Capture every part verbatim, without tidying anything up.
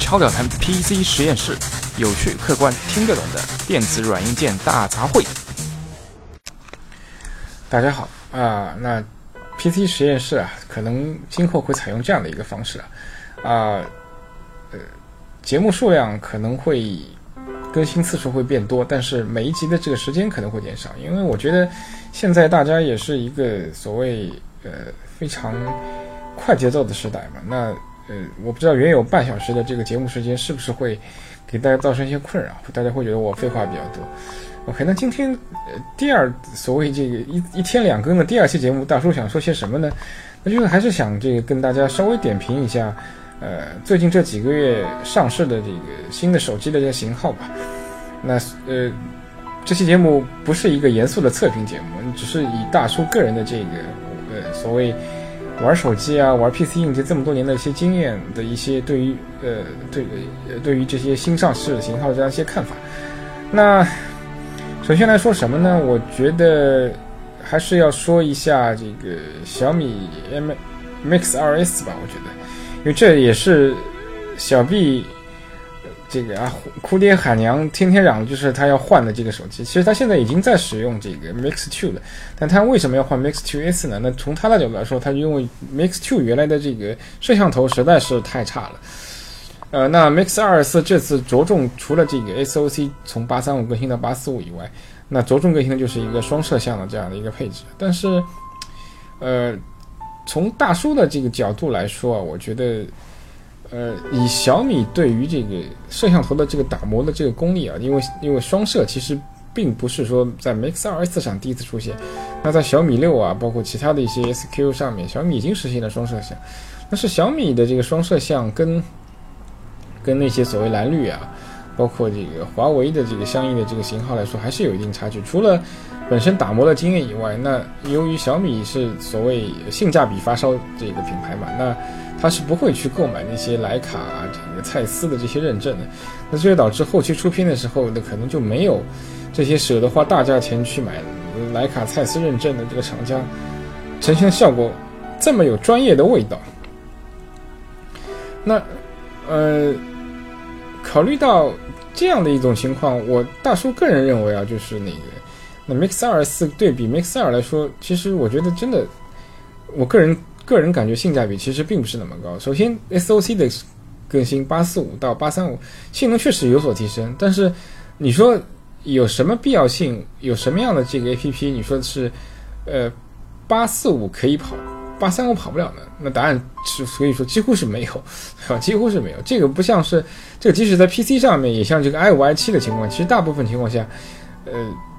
超表谈 P C 实验室，有趣、客观、听得懂的电子软硬件大杂烩。 大家好啊，那 P C 实验室啊，可能今后会采用这样的一个方式啊，啊，呃，节目数量可能会更新次数会变多，但是每一集的这个时间可能会减少，因为我觉得现在大家也是一个所谓呃非常快节奏的时代嘛，那呃我不知道原有半小时的这个节目时间是不是会给大家造成一些困扰，大家会觉得我废话比较多。OK， 那今天呃第二所谓这个一一天两更的第二期节目，大叔想说些什么呢？那就是还是想这个跟大家稍微点评一下，呃，最近这几个月上市的这个新的手机的这个型号吧。那呃，这期节目不是一个严肃的测评节目，只是以大叔个人的这个呃所谓玩手机啊、玩 P C 硬件这么多年的一些经验的一些对于呃对呃对于这些新上市的型号的这样一些看法。那首先来说什么呢？我觉得还是要说一下这个小米 Mix 二 S 吧，我觉得，因为这也是小 B 这个啊哭爹喊娘天天嚷就是他要换的这个手机。其实他现在已经在使用这个 Mix 二 了，但他为什么要换 Mix 二 S 呢？那从他的角度来说，他因为 Mix 二原来的这个摄像头实在是太差了。呃，那 Mix 二 S 这次着重除了这个 S O C 从八三五更新到八四五以外，那着重更新的就是一个双摄像的这样的一个配置。但是，呃，从大叔的这个角度来说啊，我觉得，呃，以小米对于这个摄像头的这个打磨的这个功力啊，因为因为双摄其实并不是说在 Mix 二 S 上第一次出现，那在小米六啊，包括其他的一些 S Q 上面，小米已经实现了双摄像。但是小米的这个双摄像跟跟那些所谓蓝绿啊，包括这个华为的这个相应的这个型号来说，还是有一定差距。除了本身打磨的经验以外，那由于小米是所谓性价比发烧这个品牌嘛，那它是不会去购买那些徕卡啊、这个蔡司的这些认证的。那这就导致后期出片的时候，那可能就没有这些舍得花大价钱去买徕卡、蔡司认证的这个厂家呈现效果这么有专业的味道。那呃。考虑到这样的一种情况，我大叔个人认为啊，就是那个那 Mix 二 S 对比 Mix 二来说，其实我觉得真的，我个人个人感觉性价比其实并不是那么高。首先 S O C 的更新八四五到八三五性能确实有所提升，但是你说有什么必要性，有什么样的这个 A P P 你说是呃八四五可以跑八三五跑不了呢？那答案是所以说几乎是没有，对吧？几乎是没有。这个不像是这个，即使在 P C 上面，也像这个 i 五 i 七的情况，其实大部分情况下，呃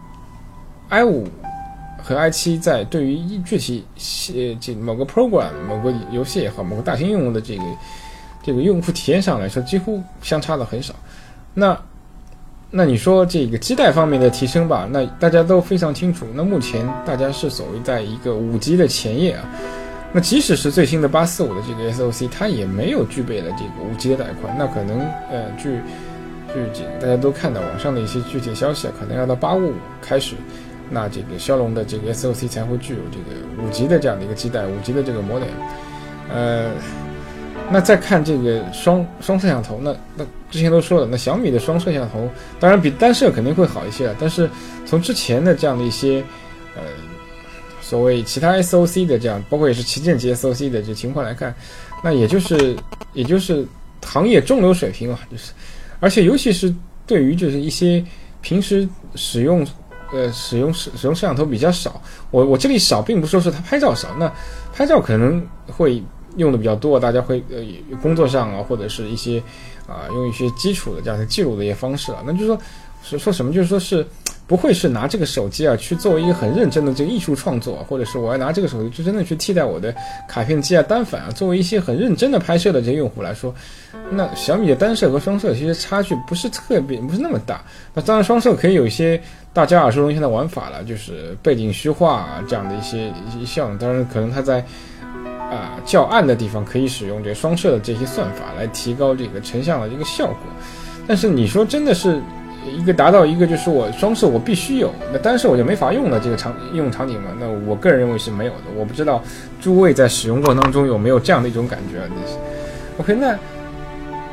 i 五和 i 七在对于具体呃这某个 program 某个游戏也好，某个大型应用的这个这个用户体验上来说，几乎相差的很少。那那你说这个基带方面的提升吧，那大家都非常清楚。那目前大家是所谓在一个五 G 的前夜啊。那即使是最新的八四五的这个 S O C， 它也没有具备了这个五 G 的带宽。那可能呃，据据这个大家都看到网上的一些具体消息啊，可能要到八五五开始，那这个骁龙的这个 S O C 才会具有这个五 G 的这样的一个基带，五 G 的这个 modem。呃，那再看这个双双摄像头，那那之前都说了，那小米的双摄像头当然比单摄肯定会好一些了，但是从之前的这样的一些呃。所谓其他 S O C 的这样，包括也是旗舰级 S O C 的这情况来看，那也就是也就是行业中流水平嘛，就是，而且尤其是对于就是一些平时使用呃使用使用摄像头比较少，我我这里少并不是说是它拍照少，那拍照可能会用的比较多，大家会呃工作上啊或者是一些啊、呃、用一些基础的这样的记录的一些方式啊，那就是说是说什么就是说是。不会是拿这个手机啊去作为一个很认真的这个艺术创作，或者是我要拿这个手机就真的去替代我的卡片机啊单反啊，作为一些很认真的拍摄的这些用户来说，那小米的单摄和双摄其实差距不是特别不是那么大。那当然双摄可以有一些大家耳熟能详的玩法了，就是背景虚化啊这样的一些一些效能，当然可能它在啊、呃、较暗的地方可以使用这个双摄的这些算法来提高这个成像的一个效果。但是你说真的是一个达到一个就是我双摄我必须有，那单摄我就没法用的这个场应用场景嘛？那我个人认为是没有的。我不知道诸位在使用过程当中有没有这样的一种感觉啊？OK， 那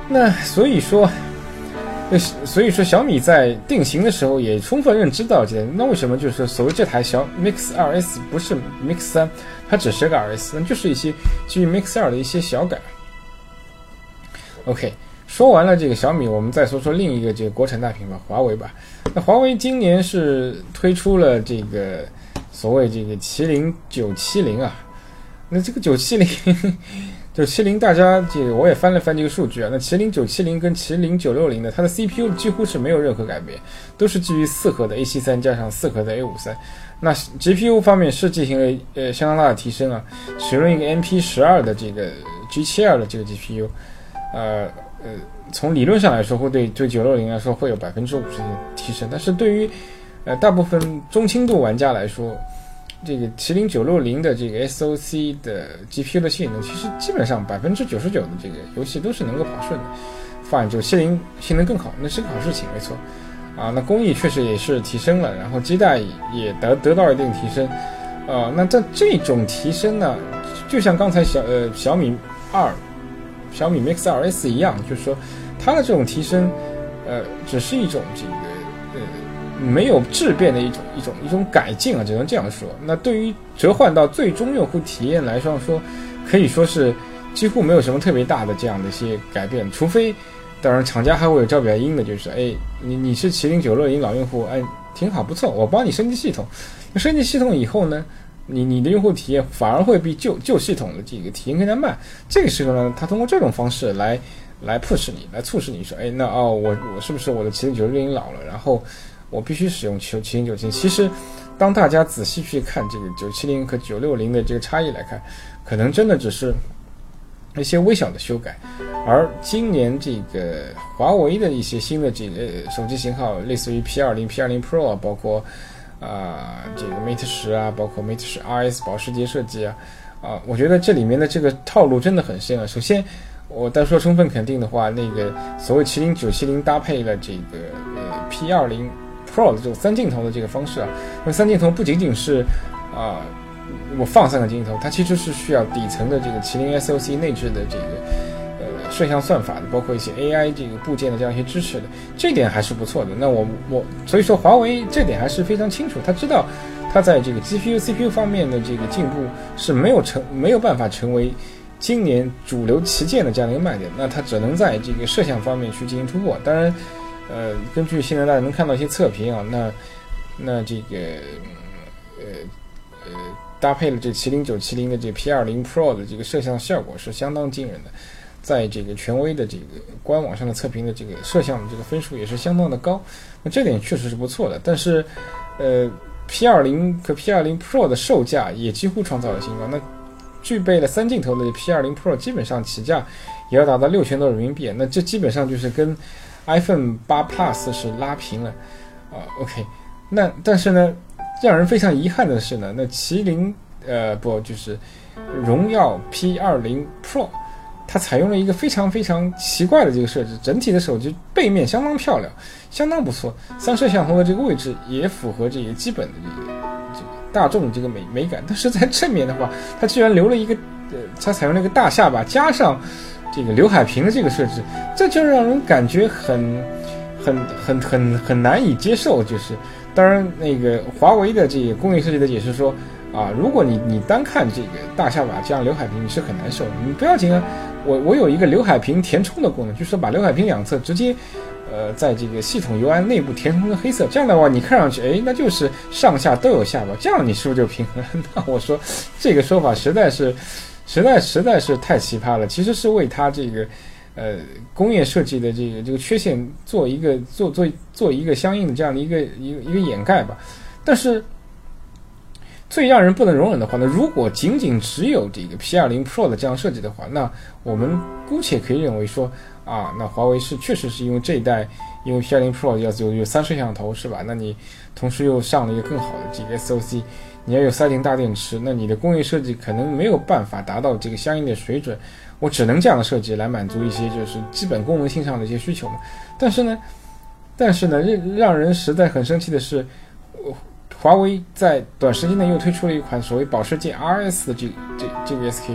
那所以说，所以说小米在定型的时候也充分认知到这点。那为什么就是说所谓这台小 Mix 二 S 不是 Mix 三，它只是个 二 S， 那就是一些基于 Mix 二的一些小改。OK， 说完了这个小米，我们再说说另一个这个国产大品牌华为吧。那华为今年是推出了这个所谓这个麒麟九七零啊，那这个九七零。九七零大家这个我也翻了翻这个数据啊，那麒麟九七零跟麒麟九六零的它的 C P U 几乎是没有任何改变，都是基于四核的 A 七三 加上四核的 A 五三。那 G P U 方面是进行了呃相当大的提升啊，使用一个 M P 十二 的这个 G 七二 的这个 G P U， 呃呃从理论上来说会对对九六零来说会有百分之五十的提升，但是对于呃大部分中轻度玩家来说，这个麒麟九六零的这个 S O C 的 G P U 的性能，其实基本上百分之九十九的这个游戏都是能够跑顺的，反九七零性能更好，那是个好事情，没错啊。那工艺确实也是提升了，然后基带也得得到一定提升，呃，那这这种提升呢，就像刚才小呃小米二、小米 Mix 二 S 一样，就是说它的这种提升，呃，只是一种这个呃。没有质变的一种一种一种改进啊，只能这样说。那对于折换到最终用户体验来说，说可以说是几乎没有什么特别大的这样的一些改变，除非当然厂家还会有招表音的，就是哎，你你是麒麟九六零老用户，哎，挺好不错，我帮你升级系统。那升级系统以后呢，你你的用户体验反而会比旧旧系统的这个体验更加慢。这个时候呢，他通过这种方式来来 push 你，来促使你说，哎，那哦，我我是不是我的麒麟九六零老了，然后我必须使用麒麟九七零。其实当大家仔细去看这个九七零和九六零的这个差异来看，可能真的只是一些微小的修改。而今年这个华为的一些新的这个手机型号，类似于 P 二十、P 二十 Pro 啊，包括啊、呃、这个 Mate 十啊，包括 Mate 十 R S 保时捷设计啊，啊、呃，我觉得这里面的这个套路真的很深啊。首先我单说充分肯定的话，那个所谓麒麟九七零搭配了这个呃 P 二十Pro 的这种三镜头的这个方式啊，那三镜头不仅仅是啊、呃，我放三个镜头，它其实是需要底层的这个麒麟 S O C 内置的这个呃摄像算法的，包括一些 A I 这个部件的这样一些支持的，这点还是不错的。那我我所以说华为这点还是非常清楚，他知道他在这个 G P U、C P U 方面的这个进步是没有成没有办法成为今年主流旗舰的这样的一个卖点，那它只能在这个摄像方面去进行突破。当然。呃，根据现在大家能看到一些测评啊，那那这个呃呃搭配了这麒麟九七零的这 P 二十 Pro 的这个摄像效果是相当惊人的，在这个权威的这个官网上的测评的这个摄像的这个分数也是相当的高，那这点确实是不错的。但是呃 P 二十 和 P 二十 Pro 的售价也几乎创造了新高，那具备了三镜头的 P 二十 Pro 基本上起价也要达到六千多人民币，那这基本上就是跟iPhone 八 Plus 是拉平了啊、呃、，OK， 那但是呢，让人非常遗憾的是呢，那麒麟呃不就是荣耀 P 二十 Pro， 它采用了一个非常非常奇怪的这个设置，整体的手机背面相当漂亮，相当不错，三摄像头的这个位置也符合这个基本的这个这个大众这个美美感，但是在正面的话，它居然留了一个呃，它采用了一个大下巴加上这个刘海屏的这个设置，这就让人感觉很很很很很难以接受。就是当然那个华为的这个工业设计的解释说啊，如果你你单看这个大下巴加上刘海屏，你是很难受的，你不要紧啊，我我有一个刘海屏填充的功能，就是把刘海屏两侧直接呃在这个系统 U I 内部填充成黑色，这样的话你看上去哎那就是上下都有下巴，这样你是不是就平衡了？那我说这个说法实在是实在实在是太奇葩了，其实是为它这个呃工业设计的这个这个缺陷做一个做做做一个相应的这样的一个一个一个掩盖吧。但是最让人不能容忍的话呢，如果仅仅只有这个 P 二十 Pro 的这样设计的话，那我们姑且可以认为说啊，那华为是确实是因为这一代因为 P 二十 Pro 要有有三摄像头是吧？那你同时又上了一个更好的这个 S O C，你要有三菱大电池，那你的工业设计可能没有办法达到这个相应的水准，我只能这样的设计来满足一些就是基本功能性上的一些需求嘛。但是呢，但是呢，让人实在很生气的是，华为在短时间内又推出了一款所谓保时捷 R S 的这这这个 S K U，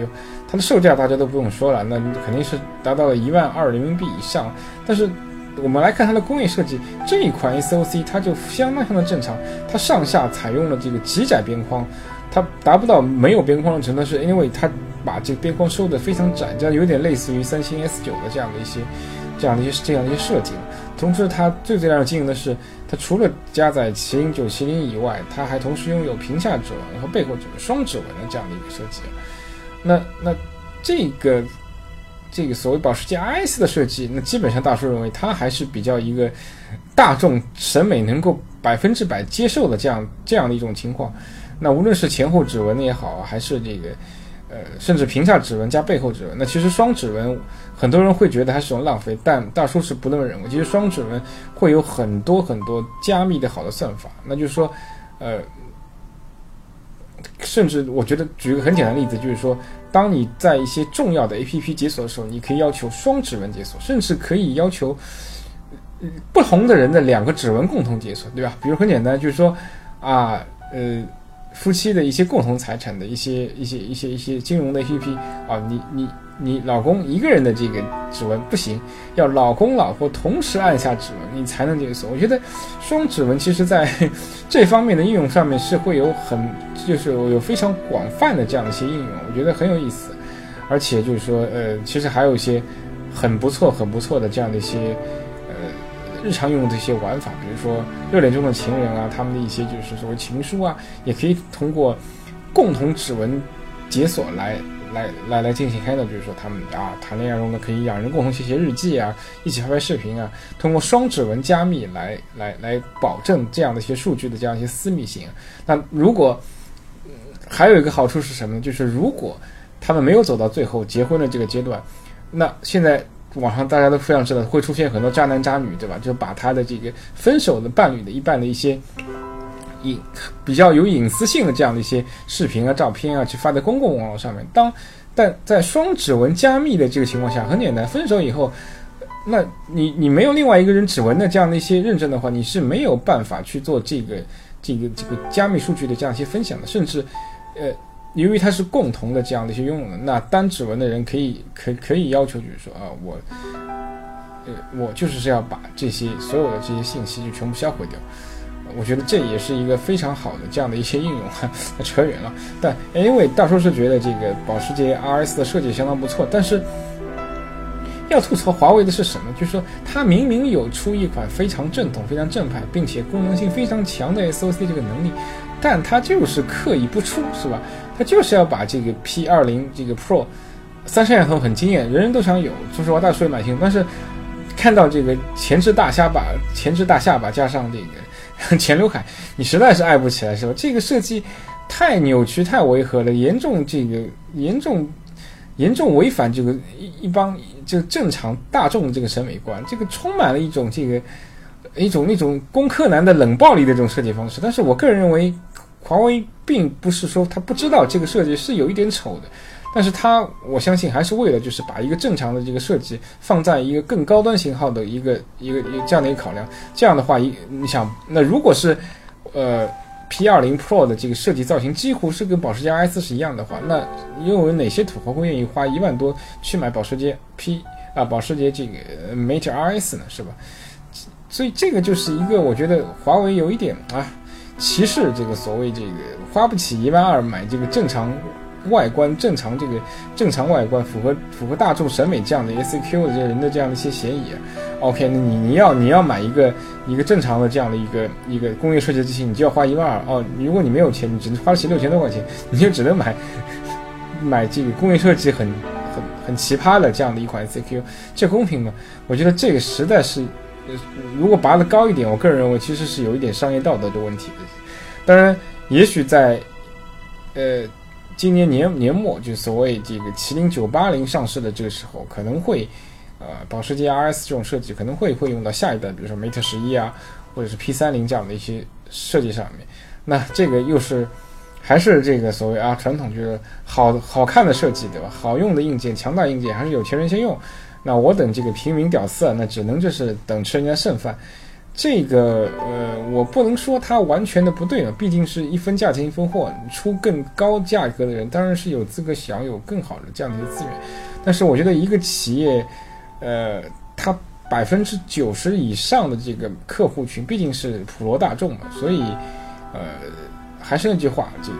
它的售价大家都不用说了，那肯定是达到了一万二人民币以上。但是我们来看它的工业设计，这一款 S O C 它就相当相当正常，它上下采用了这个极窄边框，它达不到没有边框的程度，是因为它把这个边框收得非常窄，这样有点类似于三星 S 九 的这样的一些这样的一些这样的一些设计。同时它最最让人惊艳的是，它除了加载麒麟九麒麟以外，它还同时拥有屏下指纹和背后指纹双指纹的这样的一个设计。那那这个这个所谓保时捷 R S 的设计，那基本上大叔认为它还是比较一个大众审美能够百分之百接受的这样这样的一种情况。那无论是前后指纹也好，还是这个呃甚至屏下指纹加背后指纹，那其实双指纹很多人会觉得它是种浪费，但大叔是不那么认为。其实双指纹会有很多很多加密的好的算法，那就是说呃甚至我觉得举个很简单的例子，就是说当你在一些重要的 A P P 解锁的时候，你可以要求双指纹解锁，甚至可以要求不同的人的两个指纹共同解锁，对吧？比如很简单，就是说啊呃夫妻的一些共同财产的一些一些一些一些金融的 A P P 啊，你你你老公一个人的这个指纹不行，要老公老婆同时按下指纹你才能解锁。我觉得双指纹其实在这方面的应用上面是会有很就是有非常广泛的这样的一些应用，我觉得很有意思。而且就是说呃其实还有一些很不错很不错的这样的一些日常用的一些玩法，比如说热恋中的情人啊，他们的一些就是所谓情书啊，也可以通过共同指纹解锁来来来来进行 handle， 就是说他们啊谈恋爱中呢可以两人共同写写日记啊，一起拍拍视频啊，通过双指纹加密来来来保证这样的一些数据的这样一些私密性。那如果、嗯、还有一个好处是什么呢？就是如果他们没有走到最后结婚的这个阶段，那现在网上大家都非常知道会出现很多渣男渣女，对吧？就把他的这个分手的伴侣的一半的一些隐比较有隐私性的这样的一些视频啊照片啊去发在公共网络上面。当但在双指纹加密的这个情况下，很简单，分手以后那你你没有另外一个人指纹的这样的一些认证的话，你是没有办法去做这个这个这个加密数据的这样一些分享的。甚至呃由于它是共同的这样的一些拥有的，那单指纹的人可以可可以要求就是说啊，我呃我就是要把这些所有的这些信息就全部销毁掉。我觉得这也是一个非常好的这样的一些应用哈，扯远了。但因为大叔是觉得这个保时捷 R S 的设计相当不错，但是要吐槽华为的是什么？就是说它明明有出一款非常正统、非常正派，并且功能性非常强的 S O C 这个能力，但它就是刻意不出，是吧？它就是要把这个 P 二十 这个 Pro 三摄像头很惊艳，人人都想有，说实话大叔也蛮兴奋，但是看到这个前置大下巴、前置大下巴加上这个前刘海，你实在是爱不起来，是吧？这个设计太扭曲、太违和了，严重这个严重严重违反这个一一帮这个正常大众的这个审美观，这个充满了一种这个一种那种攻克男的冷暴力的这种设计方式。但是我个人认为，华为并不是说他不知道这个设计是有一点丑的，但是他我相信还是为了就是把一个正常的这个设计放在一个更高端型号的一个一个一个这样的一个考量。这样的话，一你想，那如果是呃 P 二十 Pro 的这个设计造型几乎是跟保时捷 R S 是一样的话，那又有哪些土豪会愿意花一万多去买保时捷 P 啊保时捷这个 Mate R S 呢？是吧？所以这个就是一个我觉得华为有一点啊歧视这个所谓这个花不起一万二买这个正常外观正常这个正常外观符合符合大众审美这样的 S Q 的这人的这样的一些嫌疑。OK， 那你你要你要买一个一个正常的这样的一个一个工业设计的机器，你就要花一万二哦。如果你没有钱，你只能花得起六千多块钱，你就只能买买这个工业设计很很很奇葩的这样的一款 S Q， 这公平吗？我觉得这个实在是，如果拔得高一点，我个人认为其实是有一点商业道德的问题的。当然，也许在呃。今年年年末，就所谓这个麒麟九八零上市的这个时候，可能会，呃，保时捷 R S 这种设计可能会会用到下一代，比如说 Mate 十一啊，或者是 P 三十 这样的一些设计上面。那这个又是还是这个所谓啊传统就是好好看的设计，对吧？好用的硬件、强大硬件还是有钱人先用。那我等这个平民屌丝啊，那只能就是等吃人家剩饭。 这个呃，我不能说它完全的不对呢，毕竟是一分价钱一分货，出更高价格的人当然是有资格享有更好的这样的一个资源。但是我觉得一个企业，呃，它百分之九十以上的这个客户群毕竟是普罗大众嘛，所以呃，还是那句话，这个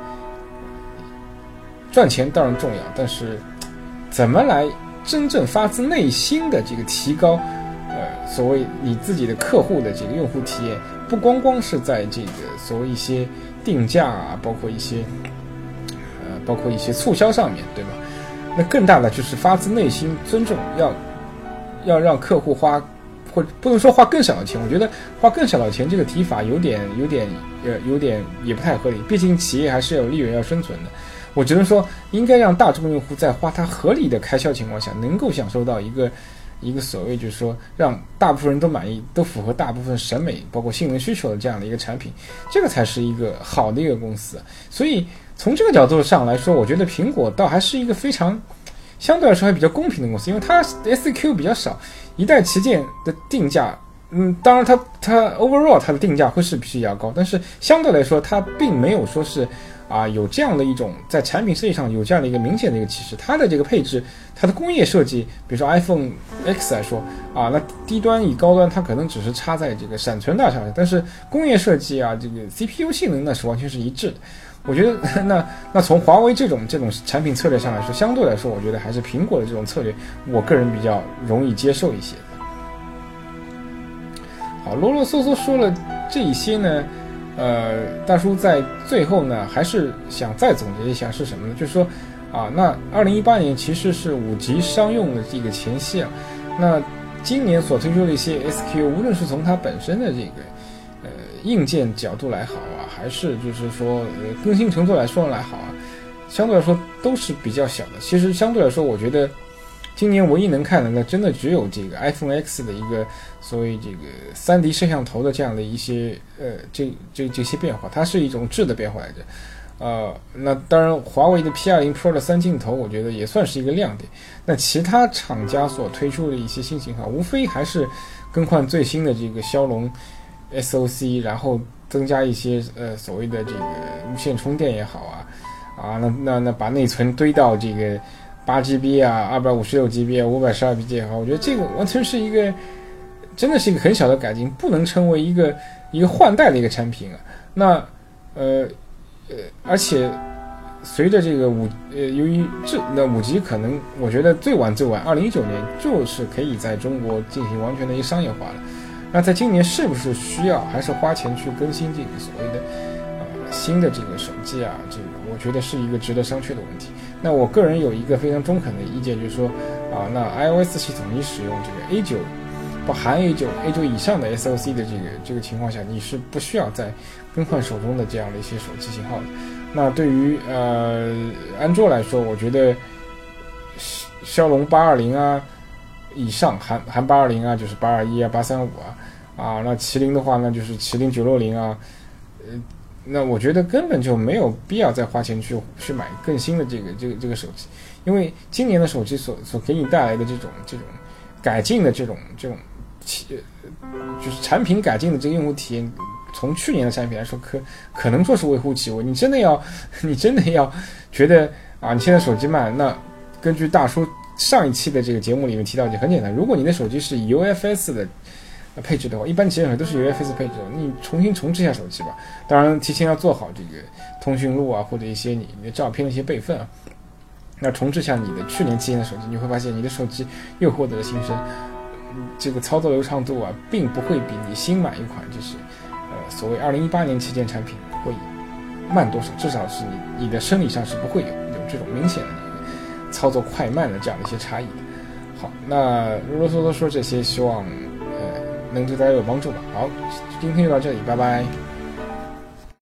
赚钱当然重要，但是怎么来真正发自内心的这个提高呃，所谓你自己的客户的这个用户体验，不光光是在这个所谓一些定价啊，包括一些呃，包括一些促销上面，对吧？那更大的就是发自内心尊重，要要让客户花，或不能说花更少的钱，我觉得花更少的钱这个提法有点有点呃有点也不太合理，毕竟企业还是有利润要生存的。我只能说，应该让大众用户在花他合理的开销情况下，能够享受到一个一个所谓就是说让大部分人都满意，都符合大部分审美包括性能需求的这样的一个产品，这个才是一个好的一个公司。所以从这个角度上来说，我觉得苹果倒还是一个非常相对来说还比较公平的公司，因为它 S Q 比较少，一代旗舰的定价，嗯，当然它它 overall 它的定价会是比较高，但是相对来说它并没有说是啊有这样的一种在产品设计上有这样的一个明显的一个歧视。它的这个配置，它的工业设计，比如说 iPhone X 来说啊，那低端与高端它可能只是差在这个闪存大小，但是工业设计啊，这个 C P U 性能那是完全是一致的。我觉得那那从华为这种这种产品策略上来说，相对来说，我觉得还是苹果的这种策略，我个人比较容易接受一些。好，啰啰嗦嗦说了这一些呢，呃，大叔在最后呢，还是想再总结一下是什么呢？就是说啊，那二零一八年其实是五 G 商用的这个前夕啊，那今年所推出的一些 S Q， 无论是从它本身的这个呃硬件角度来好啊，还是就是说呃更新程度来说来好啊，相对来说都是比较小的。其实相对来说，我觉得今年唯一能看的呢，真的只有这个 iPhone X 的一个所谓这个 三 D 摄像头的这样的一些呃这这这些变化，它是一种质的变化来着。呃，那当然，华为的 P 二十 Pro 的三镜头，我觉得也算是一个亮点。那其他厂家所推出的一些新型号，无非还是更换最新的这个骁龙 S O C， 然后增加一些呃所谓的这个无线充电也好啊，啊，那那那把内存堆到这个八 G B 啊，二百五十六 G B 啊，五百十二 G B 也好，我觉得这个完全是一个，真的是一个很小的改进，不能称为一个一个换代的一个产品啊。那呃。呃，而且随着这个五呃，由于这那五 G 可能，我觉得最晚最晚二零一九年就是可以在中国进行完全的一个商业化了。那在今年是不是需要还是花钱去更新这个所谓的呃新的这个手机啊？这个我觉得是一个值得商榷的问题。那我个人有一个非常中肯的意见，就是说啊，那 iOS 系统你使用这个 A 九。不含 A 九 A 九以上的 S O C 的这个这个情况下，你是不需要再更换手中的这样的一些手机型号的。那对于呃安卓来说，我觉得骁龙八二零啊以上，含含八二零啊，就是八二一啊、八三五啊啊，那麒麟的话呢，就是麒麟九六零啊，呃，那我觉得根本就没有必要再花钱去去买更新的这个这个这个手机，因为今年的手机所所给你带来的这种这种改进的这种这种。就是产品改进的这个用户体验，从去年的产品来说，可可能说是微乎其微。你真的要，你真的要觉得啊，你现在手机慢，那根据大叔上一期的这个节目里面提到，就很简单。如果你的手机是 U F S 的配置的话，一般企业都是 U F S 配置的，你重新重置一下手机吧。当然，提前要做好这个通讯录啊，或者一些你的照片的一些备份啊。那重置下你的去年旗舰的手机，你会发现你的手机又获得了新生。这个操作流畅度啊，并不会比你新买一款就是呃所谓二零一八年旗舰产品会慢多少，至少是你你的生理上是不会有有这种明显的操作快慢的这样的一些差异的。好，那啰啰嗦嗦说这些，希望呃能对大家有帮助吧。好，今天就到这里，拜拜。